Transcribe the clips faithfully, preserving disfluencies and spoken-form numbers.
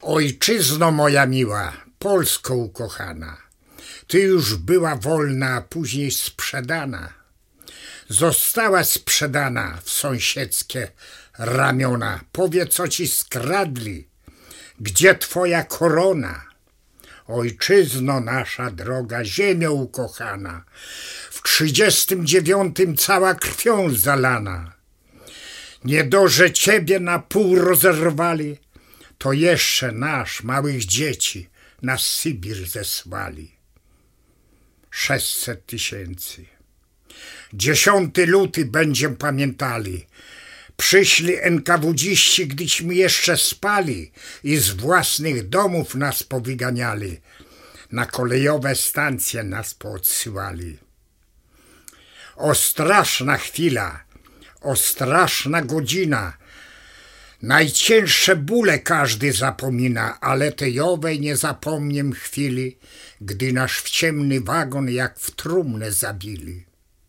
Ojczyzno moja miła, Polsko ukochana, Ty już była wolna, a później sprzedana. Została sprzedana w sąsiedzkie ramiona. Powie, co ci skradli, gdzie twoja korona? Ojczyzno nasza droga, ziemio ukochana, w trzydziestym dziewiątym cała krwią zalana. Nie doże ciebie na pół rozerwali, to jeszcze nasz małych dzieci na Sybir zesłali. Sześćset tysięcy. Dziesiąty luty będziem pamiętali. Przyszli enkawudziści, gdyśmy jeszcze spali i z własnych domów nas powyganiali. Na kolejowe stacje nas poodsyłali. O straszna chwila, o straszna godzina. Najcięższe bóle każdy zapomina, ale tej owej nie zapomniem chwili, gdy nasz w ciemny wagon jak w trumnę zabili.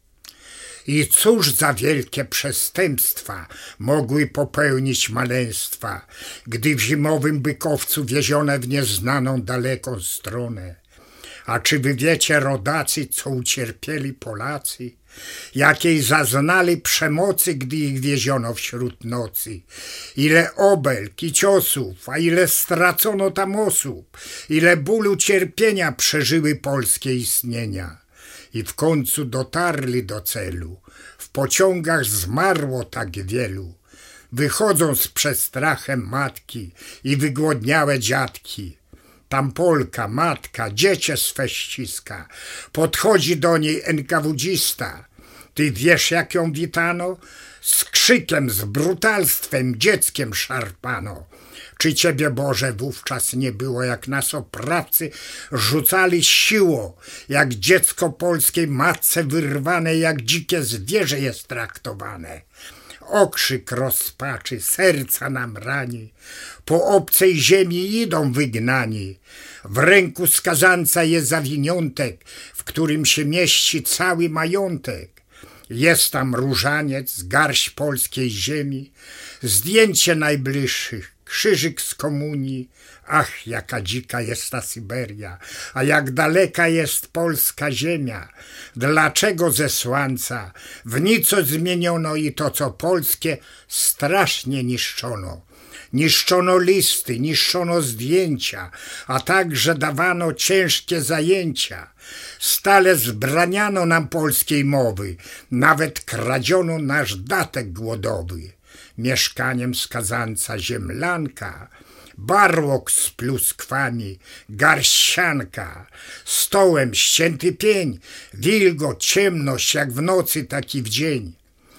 I cóż za wielkie przestępstwa mogły popełnić maleństwa, gdy w zimowym Bykowcu wiezione w nieznaną daleką stronę. A czy wy wiecie, rodacy, co ucierpieli Polacy? Jakiej zaznali przemocy, gdy ich wieziono wśród nocy? Ile obelg i ciosów, a ile stracono tam osób? Ile bólu cierpienia przeżyły polskie istnienia? I w końcu dotarli do celu. W pociągach zmarło tak wielu. Wychodzą z przestrachem matki i wygłodniałe dziadki. Tam Polka, matka, dziecię swe ściska. Podchodzi do niej enkawudzista. Ty wiesz, jak ją witano? Z krzykiem, z brutalstwem, dzieckiem szarpano. Czy ciebie, Boże, wówczas nie było, jak nas oprawcy rzucali siłą, jak dziecko polskiej matce wyrwane, jak dzikie zwierzę jest traktowane? Okrzyk rozpaczy, serca nam rani, po obcej ziemi idą wygnani. W ręku skazanca jest zawiniątek, w którym się mieści cały majątek. Jest tam różaniec, garść polskiej ziemi, zdjęcie najbliższych, krzyżyk z komunii. Ach, jaka dzika jest ta Syberia, a jak daleka jest polska ziemia. Dlaczego zesłańca w nico zmieniono i to, co polskie, strasznie niszczono? Niszczono listy, niszczono zdjęcia, a także dawano ciężkie zajęcia. Stale zbraniano nam polskiej mowy, nawet kradziono nasz datek głodowy. Mieszkaniem skazanca ziemlanka, barłok z pluskwami, garść sianka, stołem ścięty pień, wilgoć, ciemność jak w nocy, tak i w dzień.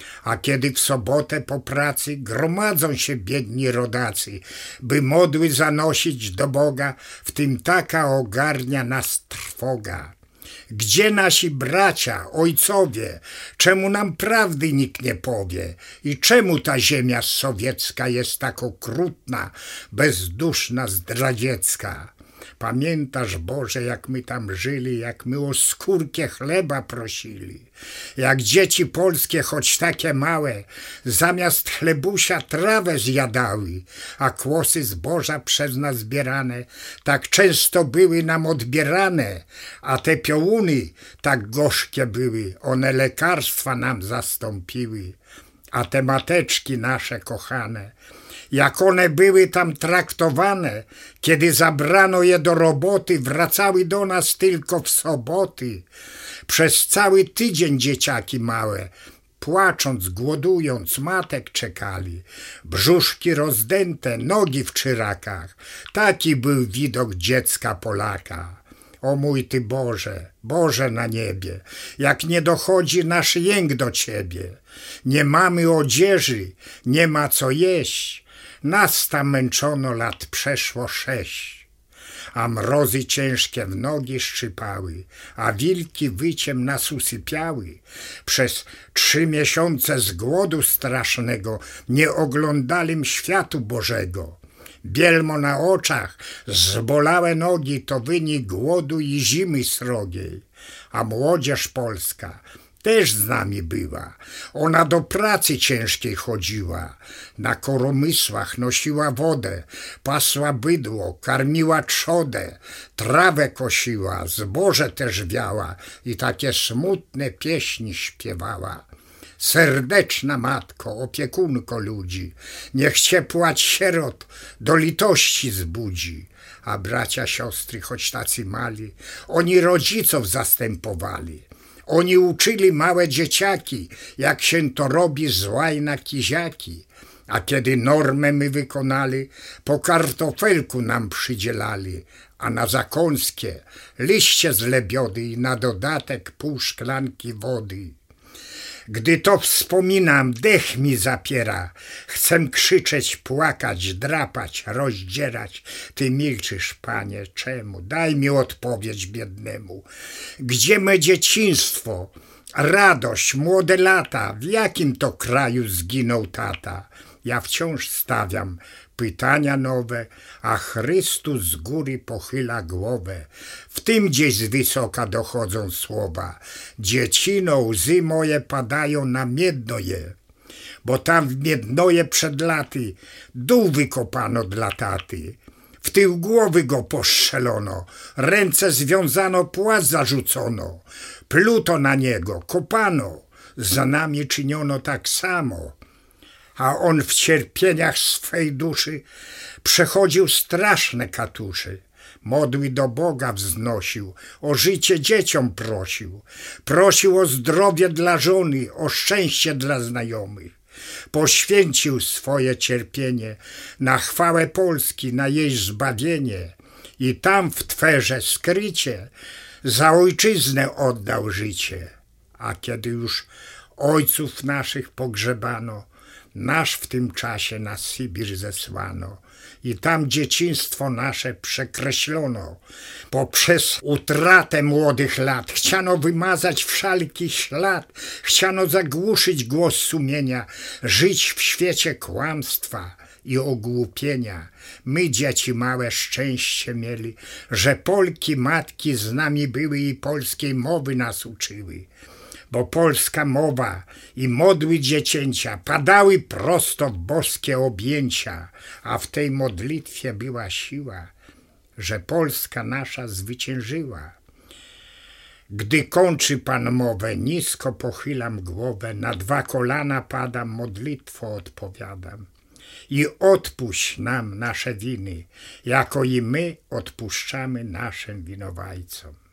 A kiedy w sobotę po pracy gromadzą się biedni rodacy, by modły zanosić do Boga, w tym taka ogarnia nas trwoga. Gdzie nasi bracia, ojcowie? Czemu nam prawdy nikt nie powie? I czemu ta ziemia sowiecka jest tak okrutna, bezduszna, zdradziecka? Pamiętasz, Boże, jak my tam żyli, jak my o skórkę chleba prosili, jak dzieci polskie, choć takie małe, zamiast chlebusia trawę zjadały, a kłosy zboża przez nas zbierane tak często były nam odbierane, a te piołuny tak gorzkie były, one lekarstwa nam zastąpiły, a te mateczki nasze kochane, jak one były tam traktowane, kiedy zabrano je do roboty, wracały do nas tylko w soboty. Przez cały tydzień dzieciaki małe, płacząc, głodując, matek czekali. Brzuszki rozdęte, nogi w czyrakach. Taki był widok dziecka Polaka. O mój Ty Boże, Boże na niebie, jak nie dochodzi nasz jęk do Ciebie. Nie mamy odzieży, nie ma co jeść. Nas tam męczono, lat przeszło sześć, a mrozy ciężkie w nogi szczypały, a wilki wyciem nas usypiały. Przez trzy miesiące z głodu strasznego nie oglądali światu Bożego. Bielmo na oczach, zbolałe nogi to wynik głodu i zimy srogiej. A młodzież polska, też z nami była. Ona do pracy ciężkiej chodziła, na koromysłach nosiła wodę, pasła bydło, karmiła trzodę, trawę kosiła, zboże też wiała i takie smutne pieśni śpiewała. Serdeczna matko, opiekunko ludzi, niech cię płać sierot do litości zbudzi. A bracia, siostry, choć tacy mali, oni rodziców zastępowali. Oni uczyli małe dzieciaki, jak się to robi z łaj na kiziaki. A kiedy normę my wykonali, po kartofelku nam przydzielali, a na zakąskie liście z lebiody i na dodatek pół szklanki wody. Gdy to wspominam, dech mi zapiera. Chcę krzyczeć, płakać, drapać, rozdzierać. Ty milczysz, Panie, czemu? Daj mi odpowiedź biednemu. Gdzie me dzieciństwo, radość, młode lata? W jakim to kraju zginął tata? Ja wciąż stawiam pytania nowe, a Chrystus z góry pochyla głowę. W tym gdzieś z wysoka dochodzą słowa. Dziecino, łzy moje padają na Miednoje, bo tam w Miednoje przed laty dół wykopano dla taty. W tył głowy go postrzelono, ręce związano, płas zarzucono. Pluto na niego, kopano, za nami czyniono tak samo. A on w cierpieniach swej duszy przechodził straszne katuszy. Modły do Boga wznosił, o życie dzieciom prosił. Prosił o zdrowie dla żony, o szczęście dla znajomych. Poświęcił swoje cierpienie na chwałę Polski, na jej zbawienie. I tam w Twerze skrycie za ojczyznę oddał życie. A kiedy już ojców naszych pogrzebano, nasz w tym czasie na Sybir zesłano i tam dzieciństwo nasze przekreślono. Poprzez utratę młodych lat chciano wymazać wszelki ślad, chciano zagłuszyć głos sumienia, żyć w świecie kłamstwa i ogłupienia. My, dzieci małe, szczęście mieli, że Polki matki z nami były i polskiej mowy nas uczyły. Bo polska mowa i modły dziecięcia padały prosto w boskie objęcia, a w tej modlitwie była siła, że Polska nasza zwyciężyła. Gdy kończy Pan mowę, nisko pochylam głowę, na dwa kolana padam, modlitwą odpowiadam. I odpuść nam nasze winy, jako i my odpuszczamy naszym winowajcom.